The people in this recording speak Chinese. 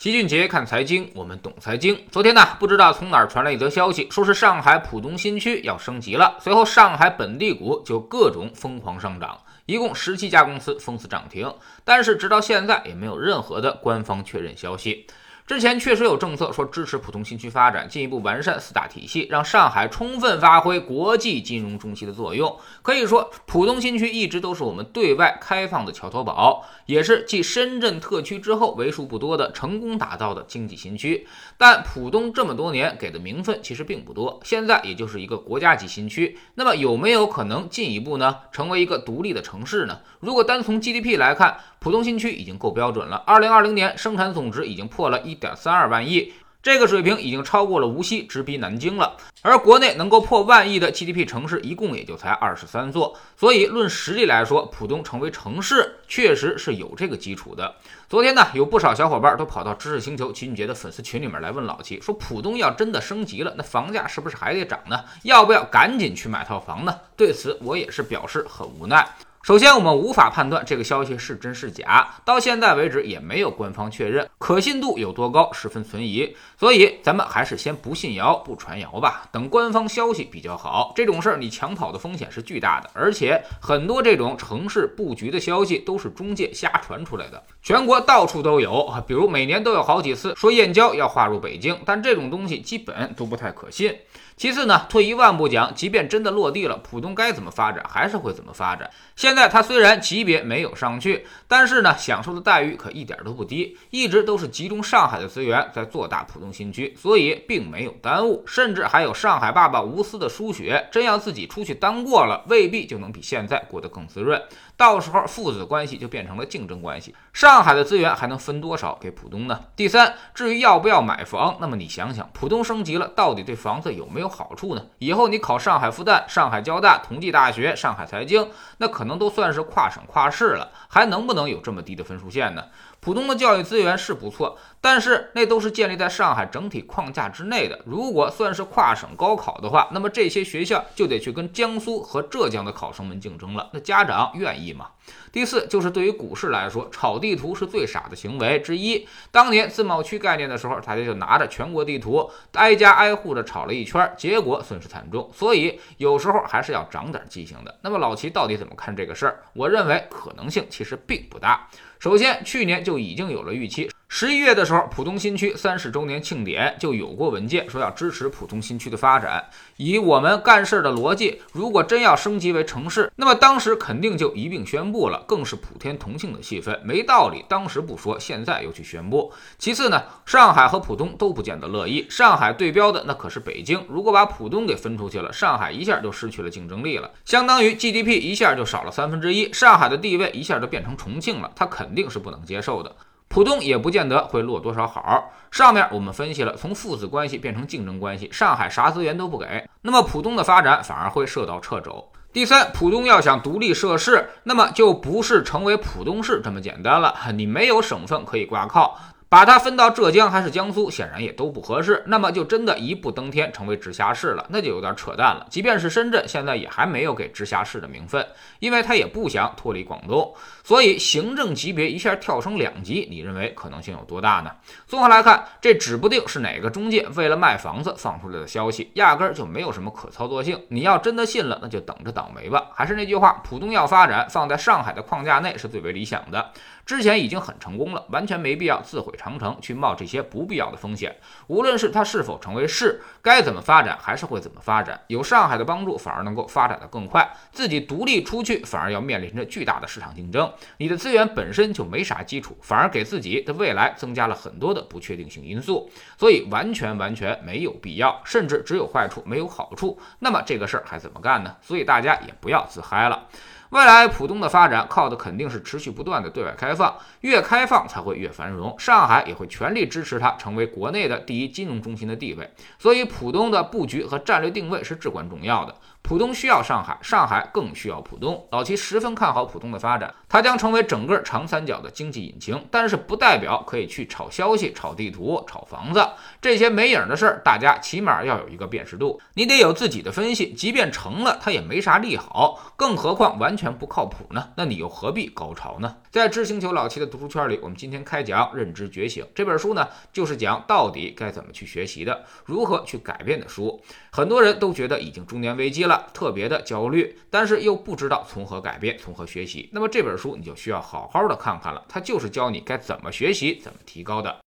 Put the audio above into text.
齐俊杰看财经，我们懂财经。昨天呢，不知道从哪儿传来一则消息，说是上海浦东新区要升级了。随后，上海本地股就各种疯狂上涨，一共17家公司封死涨停。但是直到现在也没有任何的官方确认消息。之前确实有政策说支持浦东新区发展，进一步完善四大体系，让上海充分发挥国际金融中心的作用。可以说，浦东新区一直都是我们对外开放的桥头堡，也是继深圳特区之后为数不多的成功打造的经济新区。但浦东这么多年给的名分其实并不多，现在也就是一个国家级新区。那么有没有可能进一步呢，成为一个独立的城市呢？如果单从 GDP 来看，浦东新区已经够标准了。2020年生产总值已经破了1.32万亿，这个水平已经超过了无锡，直逼南京了。而国内能够破万亿的 GDP 城市一共也就才23座，所以论实力来说，浦东成为城市确实是有这个基础的。昨天呢，有不少小伙伴都跑到知识星球齐俊杰的粉丝群里面来问老齐，说浦东要真的升级了，那房价是不是还得涨呢？要不要赶紧去买套房呢？对此我也是表示很无奈。首先，我们无法判断这个消息是真是假，到现在为止也没有官方确认，可信度有多高十分存疑。所以咱们还是先不信谣不传谣吧，等官方消息比较好。这种事儿你抢跑的风险是巨大的，而且很多这种城市布局的消息都是中介瞎传出来的，全国到处都有，比如每年都有好几次说燕郊要划入北京，但这种东西基本都不太可信。其次呢，退一万步讲，即便真的落地了，浦东该怎么发展还是会怎么发展。现在它虽然级别没有上去，但是呢，享受的待遇可一点都不低，一直都是集中上海的资源在做大浦东新区，所以并没有耽误，甚至还有上海爸爸无私的输血，真要自己出去当过了，未必就能比现在过得更滋润。到时候父子关系就变成了竞争关系，上海的资源还能分多少给浦东呢？第三，至于要不要买房，那么你想想，浦东升级了，到底对房子有没有好处呢？以后你考上海复旦、上海交大、同济大学、上海财经，那可能都算是跨省跨市了，还能不能有这么低的分数线呢？浦东的教育资源是不错，但是那都是建立在上海整体框架之内的。如果算是跨省高考的话，那么这些学校就得去跟江苏和浙江的考生们竞争了，那家长愿意吗？第四，就是对于股市来说，炒地图是最傻的行为之一。当年自贸区概念的时候，大家就拿着全国地图挨家挨户的炒了一圈，结果损失惨重。所以有时候还是要长点记性的。那么老齐到底怎么看这个事儿？我认为可能性其实并不大。首先，去年就已经有了预期。11月的时候，浦东新区30周年庆典就有过文件说要支持浦东新区的发展。以我们干事的逻辑，如果真要升级为城市，那么当时肯定就一并宣布了，更是普天同庆的气氛，没道理当时不说，现在又去宣布。其次呢，上海和浦东都不见得乐意，上海对标的那可是北京，如果把浦东给分出去了，上海一下就失去了竞争力了，相当于 GDP 一下就少了1/3，上海的地位一下就变成重庆了，它肯定是不能接受的。浦东也不见得会落多少好。上面我们分析了，从父子关系变成竞争关系，上海啥资源都不给，那么浦东的发展反而会受到掣肘。第三，浦东要想独立设市，那么就不是成为浦东市这么简单了，你没有省份可以挂靠。把它分到浙江还是江苏，显然也都不合适，那么就真的一步登天成为直辖市了，那就有点扯淡了。即便是深圳现在也还没有给直辖市的名分，因为他也不想脱离广东，所以行政级别一下跳升2级，你认为可能性有多大呢？综合来看，这指不定是哪个中介为了卖房子放出来的消息，压根儿就没有什么可操作性。你要真的信了，那就等着倒霉吧。还是那句话，浦东要发展，放在上海的框架内是最为理想的。之前已经很成功了，完全没必要自毁长城，去冒这些不必要的风险。无论是它是否成为市，该怎么发展还是会怎么发展。有上海的帮助，反而能够发展得更快。自己独立出去，反而要面临着巨大的市场竞争。你的资源本身就没啥基础，反而给自己的未来增加了很多的不确定性因素。所以完全没有必要，甚至只有坏处没有好处。那么这个事儿还怎么干呢？所以大家也不要自嗨了。未来浦东的发展靠的肯定是持续不断的对外开放，越开放才会越繁荣。上海也会全力支持它成为国内的第一金融中心的地位，所以浦东的布局和战略定位是至关重要的。 浦东需要上海，上海更需要浦东。老齐十分看好浦东的发展，它将成为整个长三角的经济引擎，但是不代表可以去炒消息、炒地图、炒房子这些没影的事儿，大家起码要有一个辨识度，你得有自己的分析。即便成了，它也没啥利好，更何况完全不靠谱呢？那你又何必高潮呢？在知星球老齐的读书圈里，我们今天开讲《认知觉醒》这本书呢，就是讲到底该怎么去学习的，如何去改变的书。很多人都觉得已经中年危机了，特别的焦虑，但是又不知道从何改变，从何学习。那么这本书你就需要好好的看看了，它就是教你该怎么学习，怎么提高的。